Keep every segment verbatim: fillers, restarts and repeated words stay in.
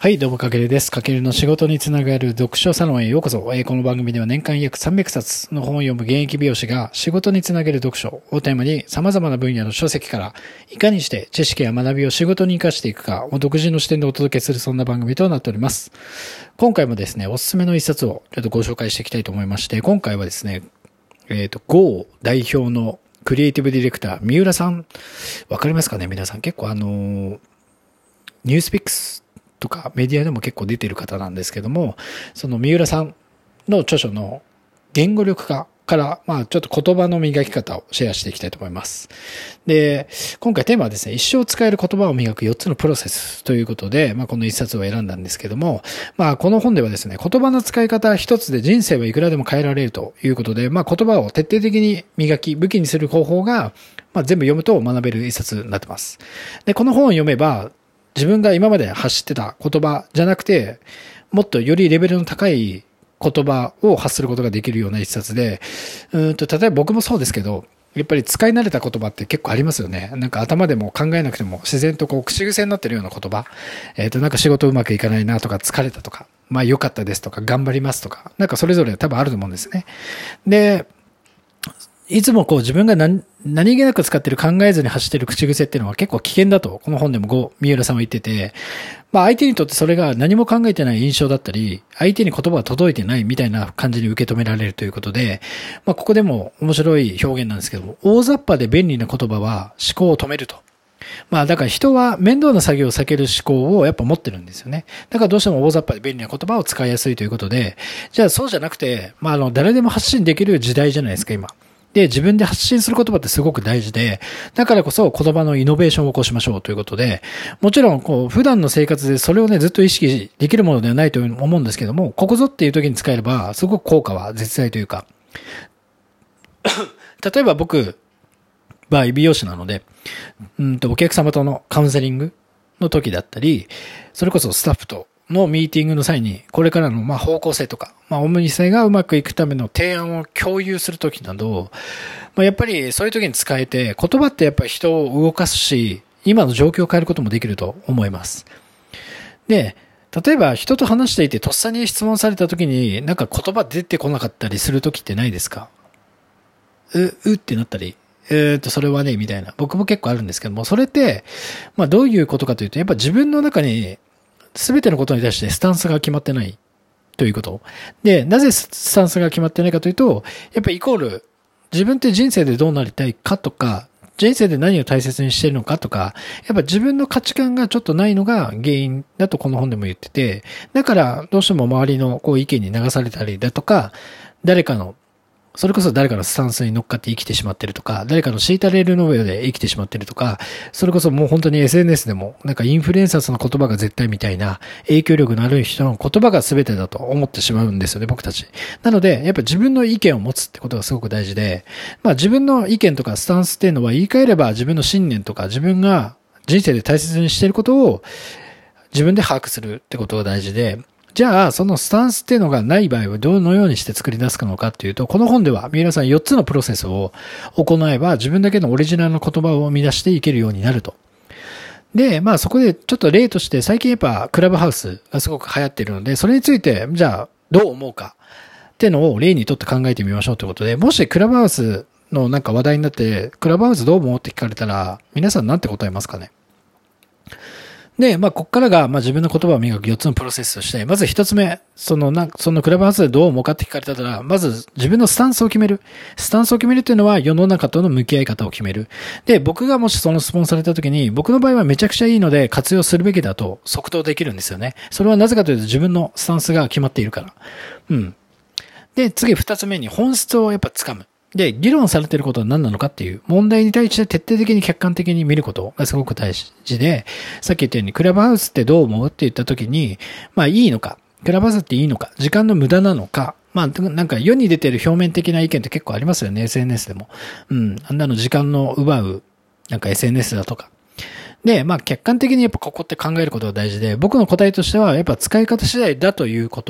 はい、どうもかけるです。かけるの仕事につながる読書サロンへようこそ。この番組では年間約さんびゃくさつの本を読む現役美容師が仕事につなげる読書をテーマに様々な分野の書籍からいかにして知識や学びを仕事に活かしていくかを独自の視点でお届けするそんな番組となっております。今回もですね、おすすめの一冊をちょっとご紹介していきたいと思いまして、今回はですね、えっと、Go 代表のクリエイティブディレクター、三浦さん、わかりますかね皆さん。結構あの、ニュースピックスとかメディアでも結構出てる方なんですけども、その三浦さんの著書の言語力化から、まあちょっと言葉の磨き方をシェアしていきたいと思います。で、今回テーマはですね、一生使える言葉を磨くよっつのプロセスということで、まあこの一冊を選んだんですけども、まあこの本ではですね、言葉の使い方一つで人生はいくらでも変えられるということで、まあ言葉を徹底的に磨き、武器にする方法が、まあ全部読むと学べる一冊になってます。で、この本を読めば、自分が今まで発してた言葉じゃなくて、もっとよりレベルの高い言葉を発することができるような一冊で、うーんと、例えば僕もそうですけど、やっぱり使い慣れた言葉って結構ありますよね。なんか頭でも考えなくても自然とこう口癖になってるような言葉。えっと、なんか仕事うまくいかないなとか疲れたとか、まあ良かったですとか頑張りますとか、なんかそれぞれ多分あると思うんですね。で、いつもこう自分が何、何気なく使ってる考えずに発してる口癖っていうのは結構危険だと、この本でもご、三浦さんは言ってて、まあ相手にとってそれが何も考えてない印象だったり、相手に言葉が届いてないみたいな感じに受け止められるということで、まあここでも面白い表現なんですけども、大雑把で便利な言葉は思考を止めると。まあだから人は面倒な作業を避ける思考をやっぱ持ってるんですよね。だからどうしても大雑把で便利な言葉を使いやすいということで、じゃあそうじゃなくて、まああの誰でも発信できる時代じゃないですか今。で、自分で発信する言葉ってすごく大事で、だからこそ言葉のイノベーションを起こしましょうということで、もちろん、こう、普段の生活でそれをね、ずっと意識できるものではないと思うんですけども、ここぞっていう時に使えれば、すごく効果は絶大というか、例えば僕は美容師なので、うんと、お客様とのカウンセリングの時だったり、それこそスタッフと、のミーティングの際に、これからのまあ方向性とか、まあオムニ性がうまくいくための提案を共有するときなど、まあやっぱりそういうときに使えて、言葉ってやっぱり人を動かすし、今の状況を変えることもできると思います。で、例えば人と話していてとっさに質問されたときに、なんか言葉出てこなかったりするときってないですか？う、うってなったり。えーと、それはね、みたいな。僕も結構あるんですけども、それって、まあどういうことかというと、やっぱ自分の中に、すべてのことに対してスタンスが決まってないということ。で、なぜスタンスが決まってないかというと、やっぱりイコール、自分って人生でどうなりたいかとか、人生で何を大切にしているのかとか、やっぱ自分の価値観がちょっとないのが原因だとこの本でも言ってて、だからどうしても周りのこう意見に流されたりだとか、誰かのそれこそ誰かのスタンスに乗っかって生きてしまってるとか、誰かの敷いたレールの上で生きてしまってるとか、それこそもう本当に エスエヌエス でも、なんかインフルエンサーの言葉が絶対みたいな影響力のある人の言葉が全てだと思ってしまうんですよね、僕たち。なので、やっぱ自分の意見を持つってことがすごく大事で、まあ自分の意見とかスタンスっていうのは言い換えれば自分の信念とか自分が人生で大切にしていることを自分で把握するってことが大事で、じゃあ、そのスタンスっていうのがない場合はどのようにして作り出すのかっていうと、この本では皆さんよっつのプロセスを行えば自分だけのオリジナルの言葉を生み出していけるようになると。で、まあそこでちょっと例として最近やっぱクラブハウスがすごく流行っているので、それについてじゃあどう思うかっていうのを例にとって考えてみましょうということで、もしクラブハウスのなんか話題になって、クラブハウスどう思うって聞かれたら、皆さんなんて答えますかね？で、まあ、こっからが、まあ、自分の言葉を磨くよっつのプロセスとして、まず一つ目、その、な、そのクラブハウスでどう思うかって聞かれたら、まず自分のスタンスを決める。スタンスを決めるっていうのは世の中との向き合い方を決める。で、僕がもしその質問された時に、僕の場合はめちゃくちゃいいので活用するべきだと即答できるんですよね。それはなぜかというと自分のスタンスが決まっているから。うん。で、次二つ目に本質をやっぱ掴む。で、議論されていることは何なのかっていう問題に対して徹底的に客観的に見ることがすごく大事で、さっき言ったようにクラブハウスってどう思うって言った時に、まあいいのか、クラブハウスっていいのか、時間の無駄なのか、まあなんか世に出てる表面的な意見って結構ありますよね、エスエヌエス でも。うん、あんなの時間の奪う、なんか エスエヌエス だとか。で、まあ客観的にやっぱここって考えることが大事で、僕の答えとしてはやっぱ使い方次第だということ。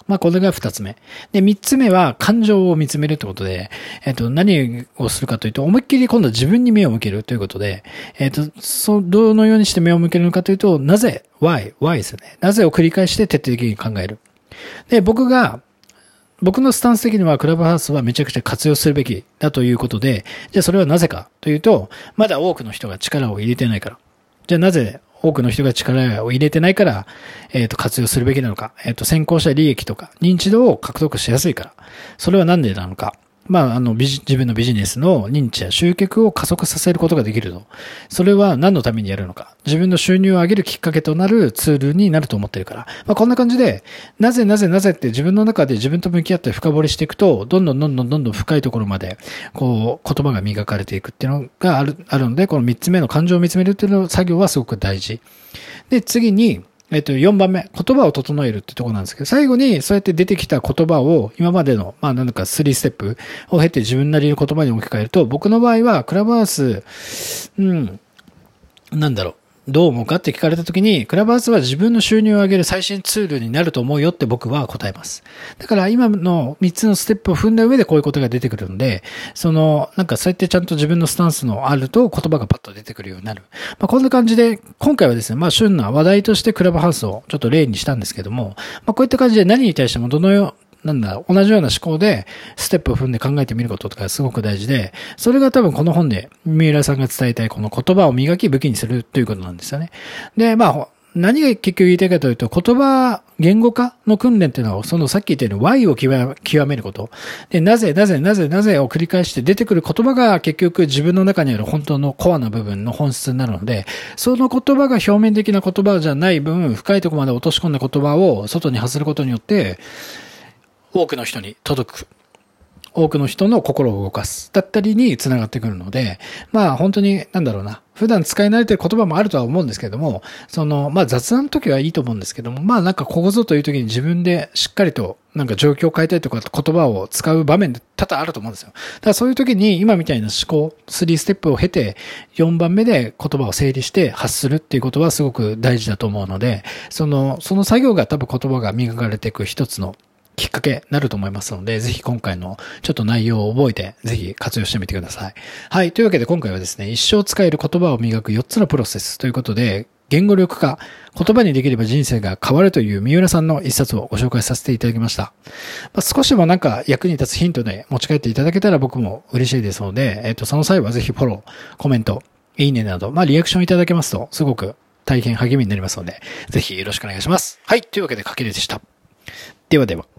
まあ、これが二つ目。で、三つ目は感情を見つめるってことで、えっと、何をするかというと、思いっきり今度は自分に目を向けるということで、えっと、そう、どのようにして目を向けるのかというと、なぜ、why、why ですよね。なぜを繰り返して徹底的に考える。で、僕が、僕のスタンス的にはクラブハウスはめちゃくちゃ活用するべきだということで、じゃあそれはなぜかというと、まだ多くの人が力を入れてないから。じゃあなぜ多くの人が力を入れてないから、えっと、活用するべきなのか。えっと、先行者利益とか認知度を獲得しやすいから。それはなんでなのか。まあ、あの、自分のビジネスの認知や集客を加速させることができると。それは何のためにやるのか。自分の収入を上げるきっかけとなるツールになると思ってるから。まあ、こんな感じで、なぜなぜなぜって自分の中で自分と向き合って深掘りしていくと、どんどんどんどんどんどん深いところまで、こう、言葉が磨かれていくっていうのがある、あるので、この三つ目の感情を見つめるっていうの作業はすごく大事。で、次に、えっと、よんばんめ、言葉を整えるってところなんですけど、最後にそうやって出てきた言葉を今までの、まあなんかスリーステップを経て自分なりの言葉に置き換えると、僕の場合はクラブハウス、うん、なんだろう、どう思うかって聞かれたときに、クラブハウスは自分の収入を上げる最新ツールになると思うよって僕は答えます。だから今のみっつのステップを踏んだ上でこういうことが出てくるので、その、なんかそうやってちゃんと自分のスタンスのあると言葉がパッと出てくるようになる。まあこんな感じで、今回はですね、まあ旬な話題としてクラブハウスをちょっと例にしたんですけども、まあこういった感じで何に対してもどのよう、なんだ、同じような思考で、ステップを踏んで考えてみることとかすごく大事で、それが多分この本で、三浦さんが伝えたいこの言葉を磨き武器にするということなんですよね。で、まあ、何が結局言いたいかというと、言葉、言語化の訓練っていうのは、そのさっき言ったように why を極極めること。で、なぜ、なぜ、なぜ、なぜを繰り返して出てくる言葉が結局自分の中にある本当のコアな部分の本質になるので、その言葉が表面的な言葉じゃない分、深いところまで落とし込んだ言葉を外に発することによって、多くの人に届く。多くの人の心を動かす。だったりに繋がってくるので、まあ本当に、なんだろうな。普段使い慣れてる言葉もあるとは思うんですけども、その、まあ雑談の時はいいと思うんですけども、まあなんかここぞという時に自分でしっかりとなんか状況を変えたいとか言葉を使う場面で多々あると思うんですよ。だからそういう時に今みたいな思考、スリーステップを経てよんばんめで言葉を整理して発するっていうことはすごく大事だと思うので、その、その作業が多分言葉が磨かれていく一つのきっかけになると思いますので、ぜひ今回のちょっと内容を覚えて、ぜひ活用してみてください。はい。というわけで今回はですね、一生使える言葉を磨くよっつのプロセスということで、言語力化、言葉にできれば人生が変わるという三浦さんの一冊をご紹介させていただきました。まあ、少しでもなんか役に立つヒントで持ち帰っていただけたら僕も嬉しいですので、えっと、その際はぜひフォロー、コメント、いいねなど、まあ、リアクションいただけますと、すごく大変励みになりますので、ぜひよろしくお願いします。はい。というわけで、かけるでした。ではでは。